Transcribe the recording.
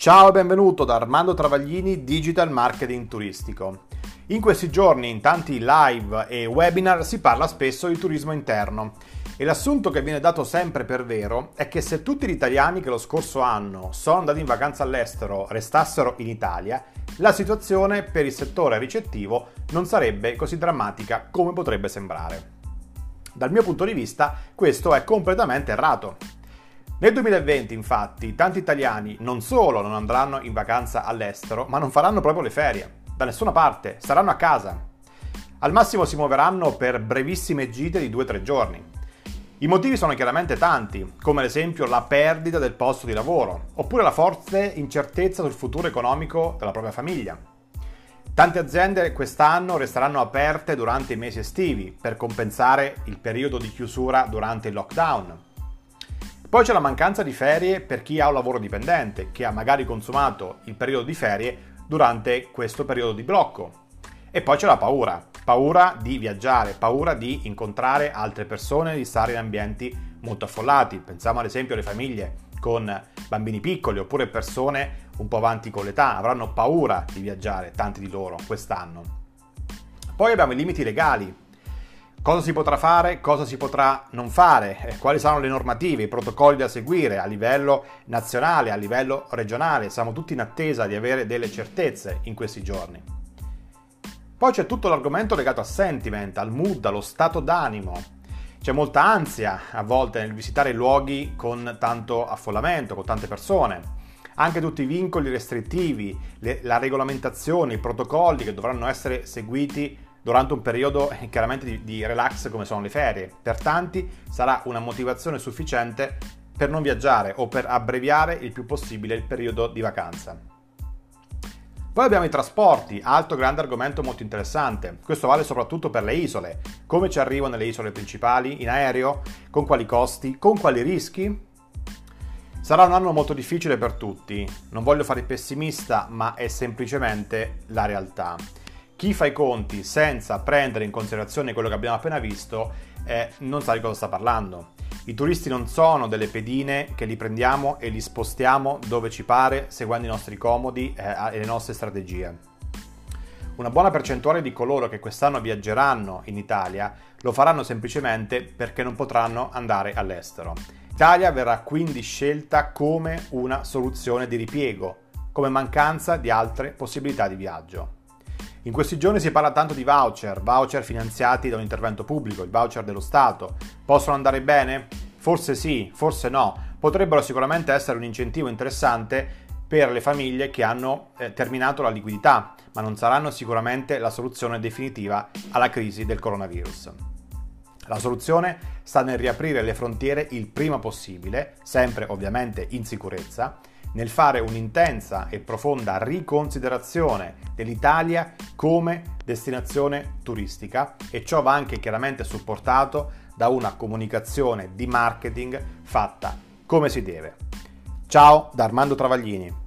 Ciao e benvenuto da Armando Travaglini, Digital Marketing Turistico. In questi giorni, in tanti live e webinar, si parla spesso di turismo interno e l'assunto che viene dato sempre per vero è che se tutti gli italiani che lo scorso anno sono andati in vacanza all'estero restassero in Italia, la situazione per il settore ricettivo non sarebbe così drammatica come potrebbe sembrare. Dal mio punto di vista, questo è completamente errato. Nel 2020, infatti, tanti italiani non solo non andranno in vacanza all'estero, ma non faranno proprio le ferie. Da nessuna parte, saranno a casa. Al massimo si muoveranno per brevissime gite di 2-3 giorni. I motivi sono chiaramente tanti, come ad esempio la perdita del posto di lavoro, oppure la forte incertezza sul futuro economico della propria famiglia. Tante aziende quest'anno resteranno aperte durante i mesi estivi per compensare il periodo di chiusura durante il lockdown. Poi c'è la mancanza di ferie per chi ha un lavoro dipendente, che ha magari consumato il periodo di ferie durante questo periodo di blocco. E poi c'è la paura di viaggiare, paura di incontrare altre persone, di stare in ambienti molto affollati. Pensiamo ad esempio alle famiglie con bambini piccoli oppure persone un po' avanti con l'età, avranno paura di viaggiare, tanti di loro quest'anno. Poi abbiamo i limiti legali. Cosa si potrà fare, cosa si potrà non fare, quali saranno le normative, i protocolli da seguire a livello nazionale, a livello regionale. Siamo tutti in attesa di avere delle certezze in questi giorni. Poi c'è tutto l'argomento legato al sentiment, al mood, allo stato d'animo. C'è molta ansia a volte nel visitare luoghi con tanto affollamento, con tante persone. Anche tutti i vincoli restrittivi, la regolamentazione, i protocolli che dovranno essere seguiti durante un periodo chiaramente di relax come sono le ferie. Per tanti sarà una motivazione sufficiente per non viaggiare o per abbreviare il più possibile il periodo di vacanza. Poi abbiamo i trasporti, altro grande argomento molto interessante. Questo vale soprattutto per le isole. Come ci arrivo nelle isole principali? In aereo? Con quali costi? Con quali rischi? Sarà un anno molto difficile per tutti. Non voglio fare il pessimista, ma è semplicemente la realtà. Chi fa i conti senza prendere in considerazione quello che abbiamo appena visto non sa di cosa sta parlando. I turisti non sono delle pedine che li prendiamo e li spostiamo dove ci pare seguendo i nostri comodi e le nostre strategie. Una buona percentuale di coloro che quest'anno viaggeranno in Italia lo faranno semplicemente perché non potranno andare all'estero. L'Italia verrà quindi scelta come una soluzione di ripiego, come mancanza di altre possibilità di viaggio. In questi giorni si parla tanto di voucher finanziati da un intervento pubblico, il voucher dello Stato. Possono andare bene? Forse sì, forse no. Potrebbero sicuramente essere un incentivo interessante per le famiglie che hanno terminato la liquidità, ma non saranno sicuramente la soluzione definitiva alla crisi del coronavirus. La soluzione sta nel riaprire le frontiere il prima possibile, sempre ovviamente in sicurezza, nel fare un'intensa e profonda riconsiderazione dell'Italia come destinazione turistica, e ciò va anche chiaramente supportato da una comunicazione di marketing fatta come si deve. Ciao da Armando Travaglini.